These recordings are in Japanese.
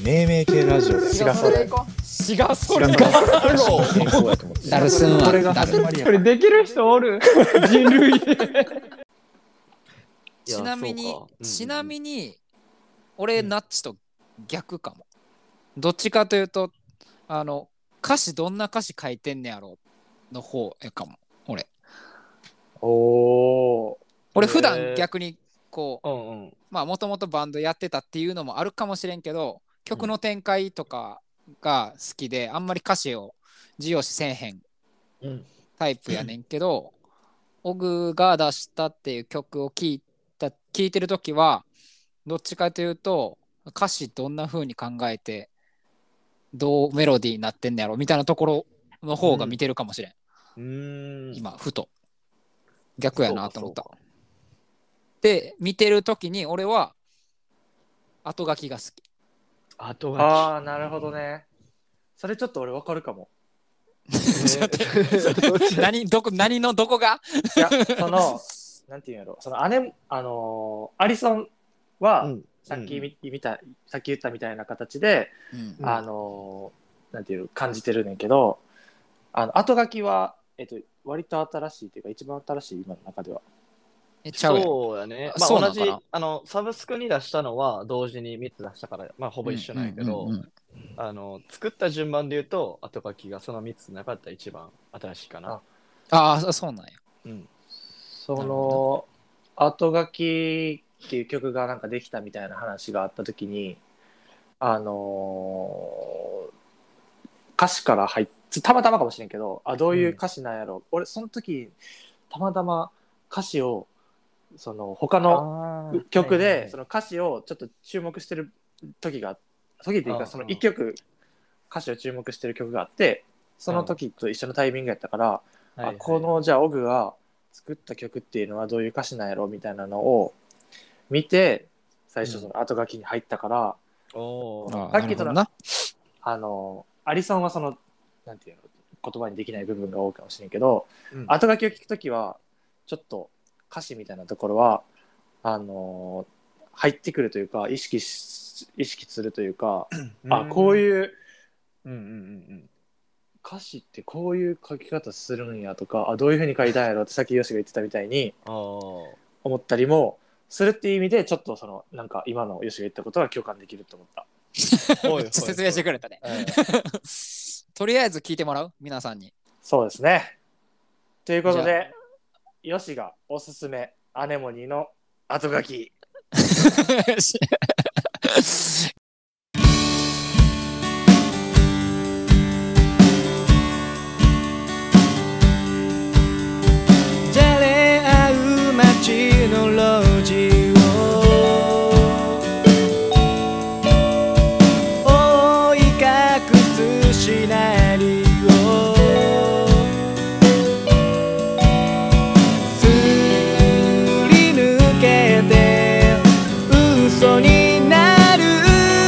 命名系ラジオで違うそれ行こう。違うそれか。 健康やと思ってダルスンはこれが始まりやこれできる人おる。人類で。 ちなみに、俺ナッチと逆かも。どっちかというと歌詞どんな歌詞書いてんねやろの方やかも俺。俺普段逆にこう、まあもともとバンドやってたっていうのもあるかもしれんけど、曲の展開とかが好きで、あんまり歌詞を重要視せえへんタイプやねんけど、オグが出したっていう曲を聴いてる時はどっちかというと歌詞どんな風に考えてどうメロディーになってんねやろみたいなところの方が見てるかもしれん、今ふと逆やなと思った。で見てる時に俺は後書きが好き。 後書き。 ああ、なるほどね。それちょっと俺分かるかも。 何のどこがいや、なんていうんやろ、アリソンは、さっき言ったみたいな形で、なんていうの感じてるねんけど、後書きは、割と新しいというか一番新しい今の中では。 そうやね。まあ同じサブスクに出したのは同時に3つ出したから、まあほぼ一緒なんやけど、作った順番で言うと後書きがその3つの中だったら一番新しいかな。 ああ、そうなんや。 その後書きっていう曲がなんかできたみたいな話があった時に、歌詞からたまたまかもしれんけど、どういう歌詞なんやろ、俺その時たまたま歌詞をその他の曲でその歌詞をちょっと注目してる時っていうか、その1曲歌詞を注目してる曲があって、その時と一緒のタイミングやったから、このじゃあオグが作った曲っていうのはどういう歌詞なんやろみたいなのを見て、最初その後書きに入ったから、さっきとアリソンはそのなんていうの言葉にできない部分が多いかもしれんけど、後書きを聞くときはちょっと歌詞みたいなところは入ってくるというか、意識するというか、こういう、歌詞ってこういう書き方するんやとか、どういう風に書いたんやろってさっきヨシが言ってたみたいに思ったりもするっていう意味で、ちょっとそのなんか今のヨシが言ったことが共感できると思った。 説明してくれたね。とりあえず聞いてもらう皆さんに。 そうですね。ということで、ヨシがおすすめアネモニの後書き。 じゃれ合う街の路地を覆い隠すシナリオ、すり抜けて嘘になる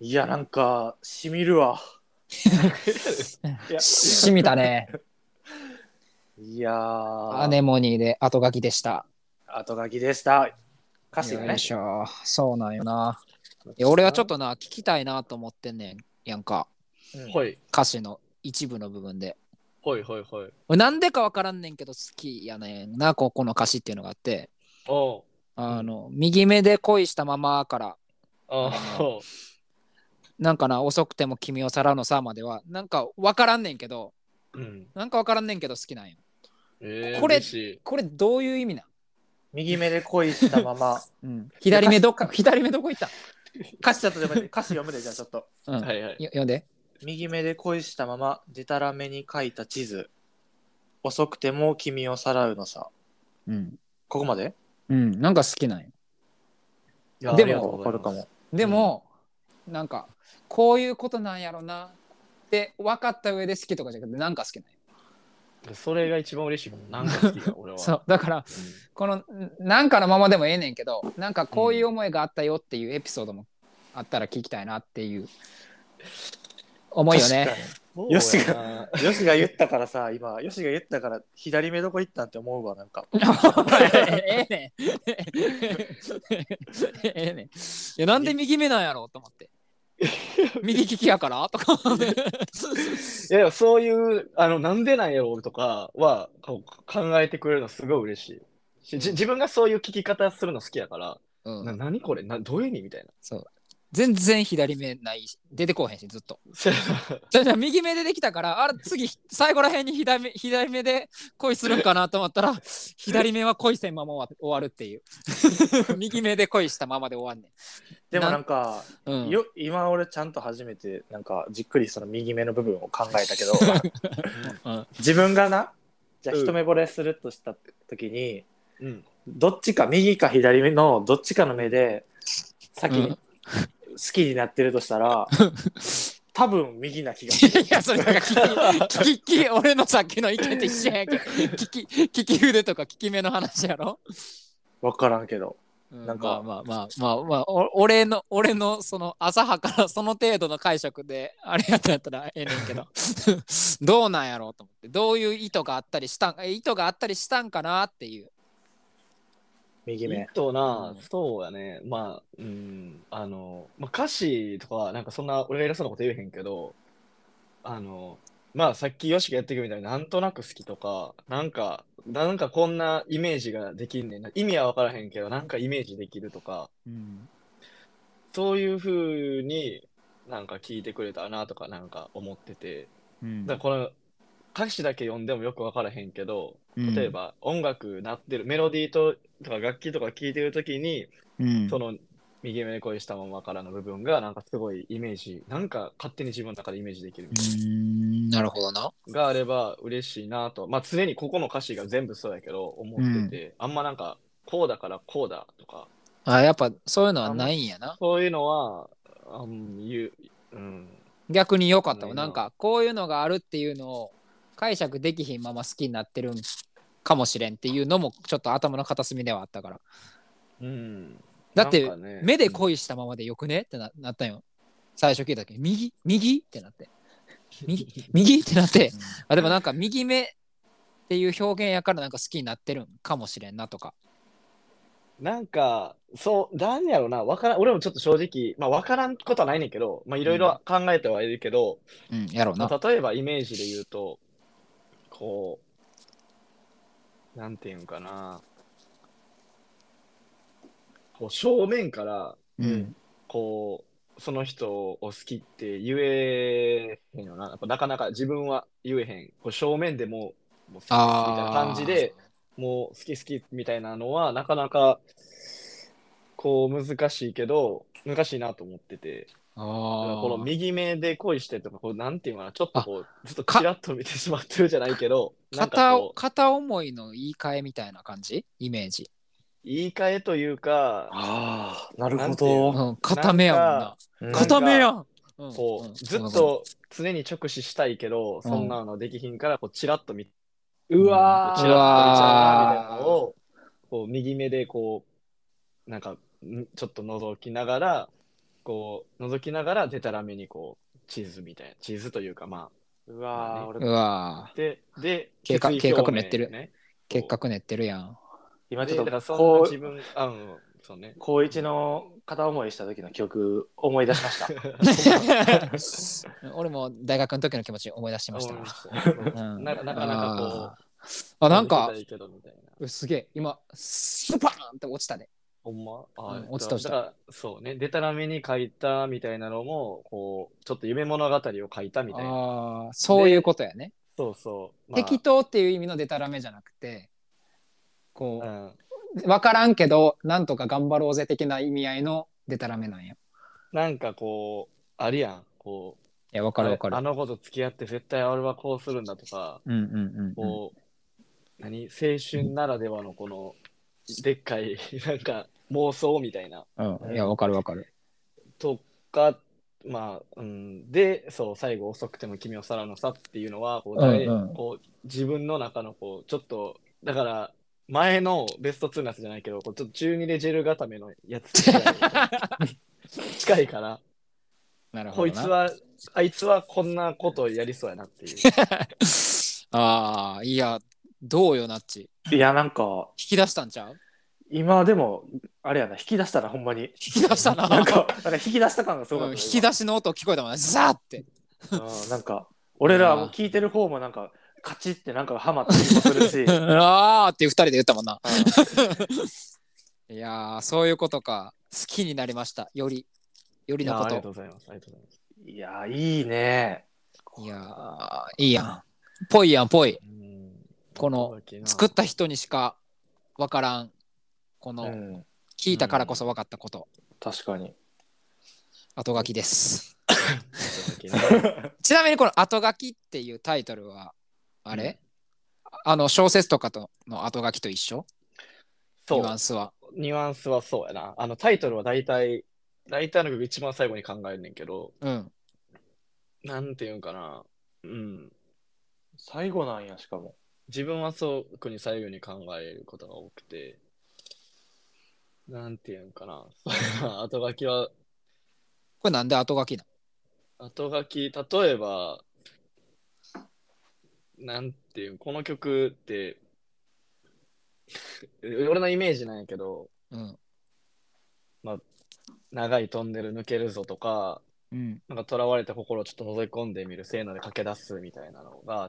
いや、なんか、しみるわ。 いやしみたね。 いやアネモニーで後書きでした。 後書きでした。歌詞がねよい。しょ。そうなんよな。いや俺はちょっとな、聞きたいなと思ってんねんやんか。 はい。 歌詞の一部の部分で。 はいはいはい。 俺なんでかわからんねんけど好きやねんな、ここの歌詞っていうのがあって、 お右目で恋したままからあなんかな、遅くても君をさらのさまではなんかわからんねんけど、なんかわからんねんけど好きなんよ。これ嬉しい。 これどういう意味なん？ 右目で恋したまま。 左目どこ行った？ 歌詞ちょっとでも歌詞読むで、じゃあちょっと。 はいはい。 読んで。 右目で恋したまま、でたらめに書いた地図。遅くても君をさらうのさ。ここまで？ なんか好きなんよ。 でもわかるかも。 でも、なんかこういうことなんやろなって分かった上で好きとかじゃなくて、なんか好きなんよ。 それが一番嬉しいかも。なんか好きだ、俺は。 そうだから、このなんかのままでもええねんけど、なんかこういう思いがあったよっていうエピソードもあったら聞きたいなっていう思いよね。 よしが言ったからさ、今よしが言ったから左目どこ行ったんって思うわ、なんか。 ええねん。ええねん。いや、なんで右目なんやろうと思って。右利きやからとか。 いや、そういう、なんでなんやろうとかは考えてくれるのすごい嬉しい。自分がそういう聞き方するの好きやから、何これどういう意味みたいな。 そう。全然左目ないし、出てこへんし、ずっと。じゃあ右目でできたから、次、最後らへんに左目で恋するんかなと思ったら、左目は恋せんまま終わるっていう。右目で恋したままで終わんねん。 でもなんか、今俺ちゃんと初めて、なんかじっくりその右目の部分を考えたけど、自分がな、じゃあ一目惚れするとした時に、どっちか、右か左目のどっちかの目で、先に、好きになってるとしたら多分右な気がする。 いや、それなんか俺のさっきの意見と一緒やけど、利き腕とか利き目の話やろ。 分からんけど、 なんかまあ俺のその浅はからその程度の解釈であれやったらええねんけどどうなんやろうと思って、どういう意図があったりしたんかなっていう。 右目そうやね。歌詞とかはなんかそんな俺が偉そうなこと言えへんけど、さっきヨシがやってくみたいになんとなく好きとか、なんかこんなイメージができんねんな。意味は分からへんけど、なんかイメージできるとか、そういう風になんか聞いてくれたなとかなんか思ってて、だからこの歌詞だけ読んでもよく分からへんけど、例えば音楽鳴ってるメロディーとか楽器とか聴いてるときに、その右目で恋したままからの部分がなんかすごいイメージ、なんか勝手に自分の中でイメージできるみたいな。なるほどな。 があれば嬉しいなと。常にここの歌詞が全部そうやけど思ってて、あんまなんかこうだからこうだとか。 やっぱそういうのはないんやな。 そういうのは逆に良かったわ。なんかこういうのがあるっていうのを解釈できひんまま好きになってるんかもしれんっていうのもちょっと頭の片隅ではあったから。だって、目で恋したままでよくねって なったんよ。最初聞いた時右ってなって右ってなって、でもなんか右目っていう表現やからなんか好きになってるんかもしれんなとか。 なんかそうなんやろうな、俺もちょっと正直分からんことはないねんけど、いろいろ考えてはいるけど、 やろうな。 例えばイメージで言うとこうなんていうんかな、こう正面から、こうその人を好きって言えへんよな。やっぱなかなか自分は言えへん。こう正面でもう好きみたいな感じでもう好きみたいなのはなかなかこう難しいなと思ってて。この右目で恋してとか、こうなんていうかな、ちょっとこうずっとチラッと見てしまってるじゃないけど、 片思いの言い換えみたいな感じ、イメージ。 言い換えというか、 なるほど。 片目やもんな。片目やん。 こうずっと常に直視したいけど、そんなのできひんから、こうチラッと見、 うわー、 チラッと見ちゃうなみたいなのを、こう右目でこうなんかちょっと覗きながらこう覗きながらデタラメにこう地図みたいな、地図というかまうわー、 うわあで計画決意表明練ってるね。 計画練ってるやん。 今ちょっとだからそんなこ自分そうね。 高一の片思いした時の記憶思い出しました。 俺も大学の時の気持ち思い出してました。 なかなかこう。なんかいいけどみたいな。 すげえ今スパーンって落ちたで。 ほんま落ちた。 だからそうね、デタラメに書いたみたいなのもこうちょっと夢物語を書いたみたいな。 そういうことやね。 そうそう。 適当っていう意味のデタラメじゃなくて、こうう分からんけどなんとか頑張ろうぜ的な意味合いのデタラメなんや。 なんかこうあるやん、こういや分かる。 あの子と付き合って絶対俺はこうするんだとか、こう青春ならではのこのでっかいなんか妄想みたいな。 いや分かる。 とかでそう最後遅くても君をさらうのさっていうのはこう自分の中のこうちょっとだから前のベスト2のやつじゃないけどこうちょっと中2でジェル固めのやつ近いからなるほどな。 あいつはこんなことをやりそうやなっていう。 いやどうよナッチ。 いやなんか引き出したんちゃう？ 今でもあれやな、引き出したらほんまに引き出したな。 なんか引き出した感がすごかった、 引き出しの音聞こえたもんね。ザーって。 なんか俺らも聞いてる方もなんかカチってなんかハマったりもするしあーって2人で言ったもんな。いやそういうことか。好きになりました。よりのこと。 ありがとうございます。 いやいいね。 いやいいやん。ぽいやんぽい。この作った人にしか分からんこの、聞いたからこそ分かったこと。 確かに。 後書きです。ちなみにこの後書きっていうタイトルはあれ、小説とかとの後書きと一緒？ニュアンスはそうやな。タイトルは大体の曲一番最後に考えるねんけど、なんていうんかな、 最後なんや。しかも自分はそうに最後に考えることが多くて、なんていうんかな、後書きはこれなんで後書きなの？後書き、例えばなんていうこの曲って俺のイメージなんやけど、長いトンネル抜けるぞとか、なんか囚われた心をちょっと覗き込んでみる、せーので駆け出すみたいなのがあって、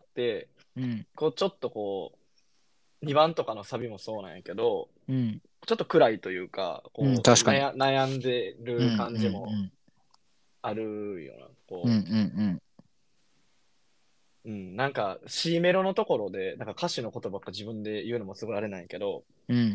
こうちょっとこう2番とかのサビもそうなんやけど、ちょっと暗いというか、こう確かに悩んでる感じもあるよな。こうなんか C メロのところでなんか歌詞のことばっか自分で言うのもすごいあれなんやけど、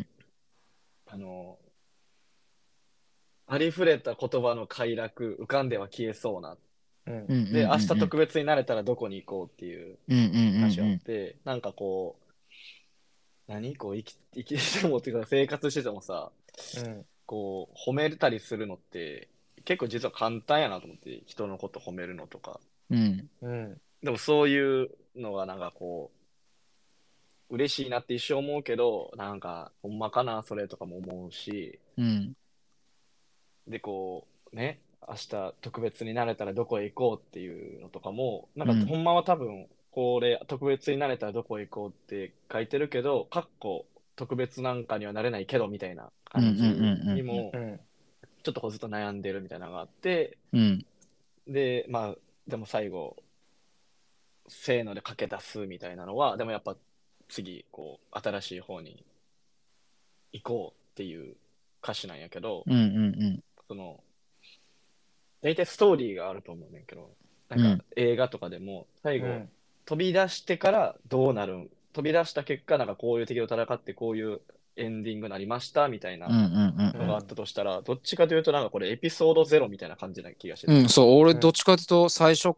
ありふれた言葉の快楽浮かんでは消えそうな、で明日特別になれたらどこに行こうっていう話があって、なんかこうこう生きててもっていうか生活しててもさ、こう褒めたりするのって結構実は簡単やなと思って、人のこと褒めるのとか、でもそういうのがなんかこう嬉しいなって一生思うけど、なんかほんまかなそれとかも思うし、でこうね、明日特別になれたらどこへ行こうっていうのとかもなんかほんまは多分これ特別になれたらどこへ行こうって書いてるけど、かっこ特別なんかにはなれないけどみたいな感じにもちょっとこうずっと悩んでるみたいなのがあって、ででも最後せーので駆け出すみたいなのは、でもやっぱ次こう新しい方に行こうっていう歌詞なんやけど、その大体ストーリーがあると思うねんけど、なんか映画とかでも最後、飛び出してからどうなるん、飛び出した結果なんかこういう敵と戦ってこういうエンディングになりましたみたいなのがあったとしたら、どっちかというとなんかこれエピソード0みたいな感じな気がして、 そう俺どっちかというと最初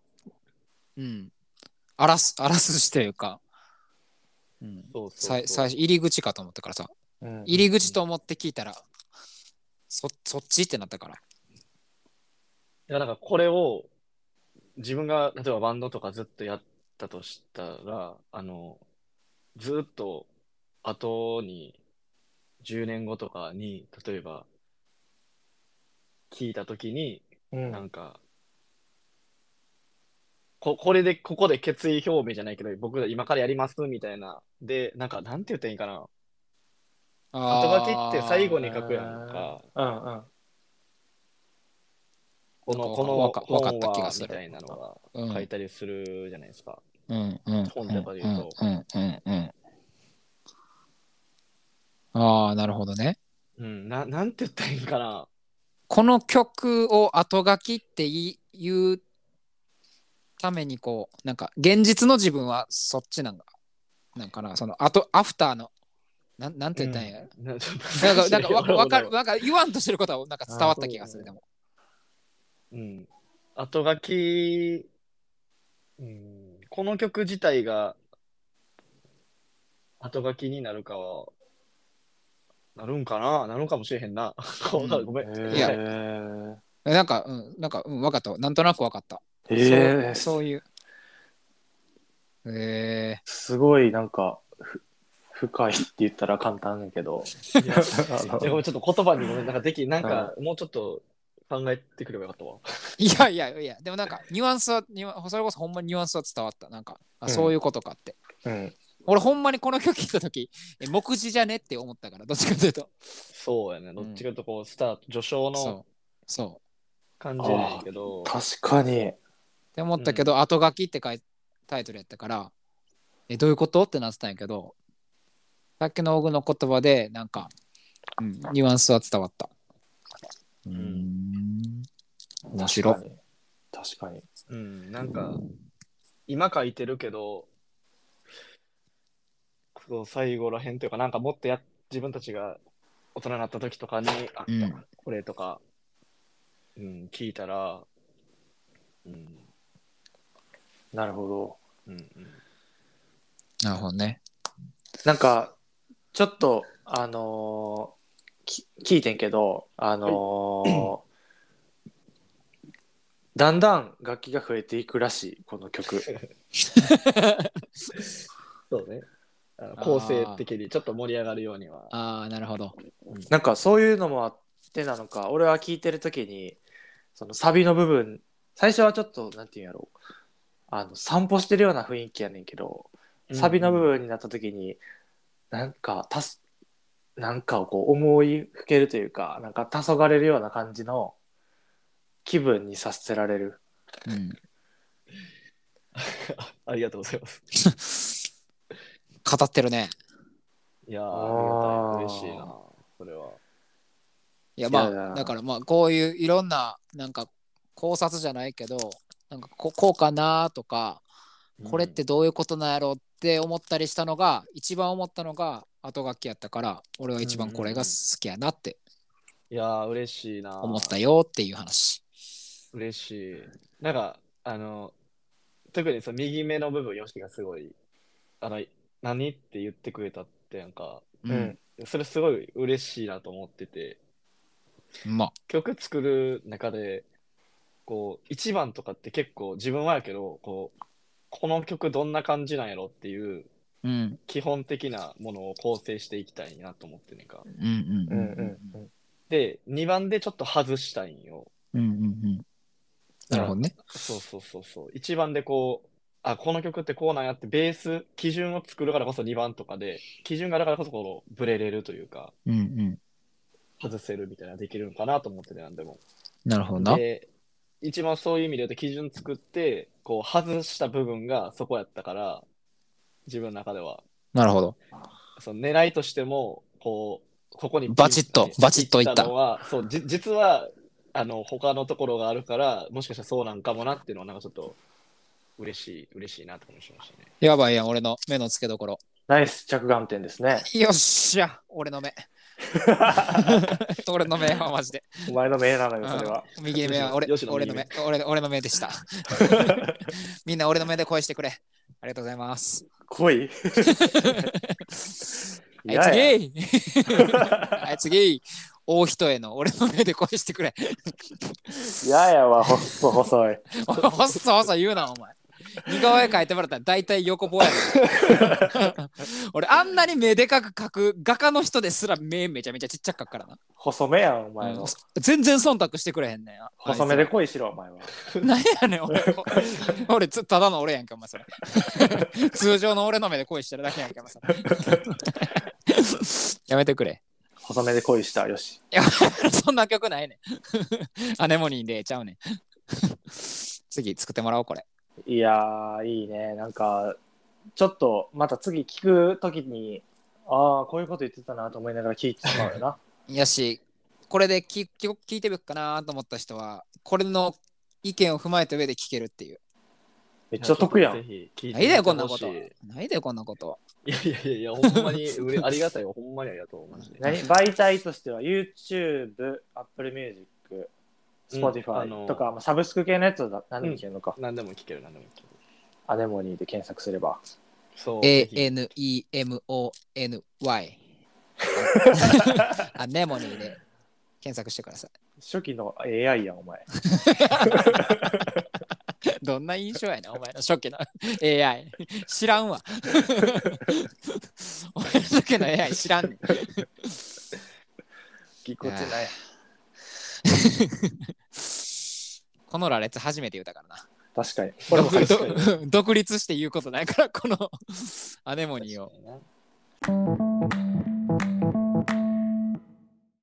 あらすじというか、最初入り口かと思ったからさ、入り口と思って聞いたらそっちってなったから。 いやなんかこれを自分が例えばバンドとかずっとやったとしたら、ずっと後に10年後とかに例えば聞いた時になんか、ここで決意表明じゃないけど、僕ら今からやりますみたいな。で、なんか、なんて言ったらいいかな。後書きって最後に書くやんか。このわかった気本はがするみたいなのが書いたりするじゃないですか。 本とかで言うと。 ああ、なるほどね。 なんて言ったらいいんかな。 この曲を後書きって言うためにこうなんか現実の自分はそっちなんかな、そのアフターのなんて言ったんや、なんか言わんとしてることはなんか伝わった気がする。でも後書き、この曲自体が後書きになるかはなるんかもしれへんな。ごめん。 いやなんか分かった。なんとなく分かった。そういう。 すごいなんか深いって言ったら簡単やけど。 いやごめん、ちょっと言葉にごめん、なんかもうちょっと考えてくればよかったわ。 いや、でもなんかニュアンスはそれこそほんまにニュアンスは伝わった。なんかそういうことかって。俺ほんまにこの曲聴いた時目次じゃねって思ったから、どっちかというと。 そうやね。どっちかというとこうスタート序章の感じやねんけど。 確かに。 って思ったけど、後書きってタイトルやったからどういうことってなってたんやけど、さっきのオグの言葉でなんか、ニュアンスは伝わった。面白い。 確かに。 なんか今書いてるけど、最後らへんというか、なんかもっと自分たちが大人になった時とかにこれとか、聞いたら、 なるほど。 なるほどね。 なんかちょっと聞いてんけど、だんだん楽器が増えていくらしい、この曲。 そうね。構成的にちょっと盛り上がるようには。 なるほど。 なんかそういうのもあってなのか、俺は聞いてる時にそのサビの部分、最初はちょっとなんていうんやろう、散歩してるような雰囲気やねんけど、サビの部分になった時になんかをこう思いふけるというか、なんか黄昏れるような感じの気分にさせられる。 ありがとうございます。 語ってるね。 いやありがたい。嬉しいな、それは。 いやだからこういういろんななんか考察じゃないけど、なんかこうかなとか、これってどういうことなんやろって思ったりしたのが、一番思ったのが後書きやったから、俺は一番これが好きやなって。 いや嬉しいな。 思ったよっていう話。 嬉しい。なんか特にその右目の部分、ヨシがすごい何って言ってくれたってなんか、それすごい嬉しいなと思ってて、曲作る中でこう1番とかって結構自分はやけど、この曲どんな感じなんやろっていう基本的なものを構成していきたいなと思ってねんか。で2番でちょっと外したいんよ。 なるほどね。 そう1番でこの曲ってこうなんやってベース基準を作るからこそ2番とかで基準があるからこそこうブレれるというか、外せるみたいなできるのかなと思ってて、なんでも。 なるほどな。 で一番そういう意味で言うと基準作ってこう外した部分がそこやったから、自分の中では。 なるほど。 その狙いとしてもここにバチッといったのは、そう実は他のところがあるから、もしかしたらそうなんかもなっていうのはなんかちょっと嬉しいなと思いましたね。 やばいやん、俺の目の付けどころ。 ナイス着眼点ですね。 よっしゃ、俺の目。俺の目はマジで。 お前の目なのよ、それは。 右目は俺の目。俺の目でした。みんな俺の目で恋してくれ。ありがとうございます。 恋はい、次。大人への俺の目で恋してくれ。 ややは細い。 細言うな、お前。 似顔絵描いてもらったら大体横棒やねん俺あんなに目でかく描く画家の人ですら目めちゃめちゃちっちゃく描くからな。 細めやんお前の、 全然忖度してくれへんねん。 細めで恋しろお前は。 何やねん俺ただの俺やんけお前それ通常の俺の目で恋してるだけやんけお前それやめてくれ。 細めで恋したよし。 いやそんな曲ないねんアネモニーでちゃうねん次作ってもらおうこれ。 いやーいいね。なんかちょっとまた次聞くときにああこういうこと言ってたなと思いながら聞いてしまうよな。 やしこれで聞いてみようかなと思った人はこれの意見を踏まえた上で聞けるっていう。 めっちゃ得やん。 ぜひ聞いてないでよこんなこと。 ほしい。 ないでよこんなこと。 いや、ほんまにありがたいよ。ほんまにありがとう。マジで。 媒体としては YouTube、Apple Music、Spotify とか、サブスク系のやつだ何でも聞けるのか。 何でも聞ける。 アネモニーで検索すれば。 そう。 ANEMONY アネモニーで検索してください。 初期の AI やんお前。 どんな印象やねんお前の初期の AI 知らんわお前の初期の AI 知らんねんぎこちない。 この羅列初めて言うたからな。 確かに。俺も確かに独立して言うことないからこのアネモニーを。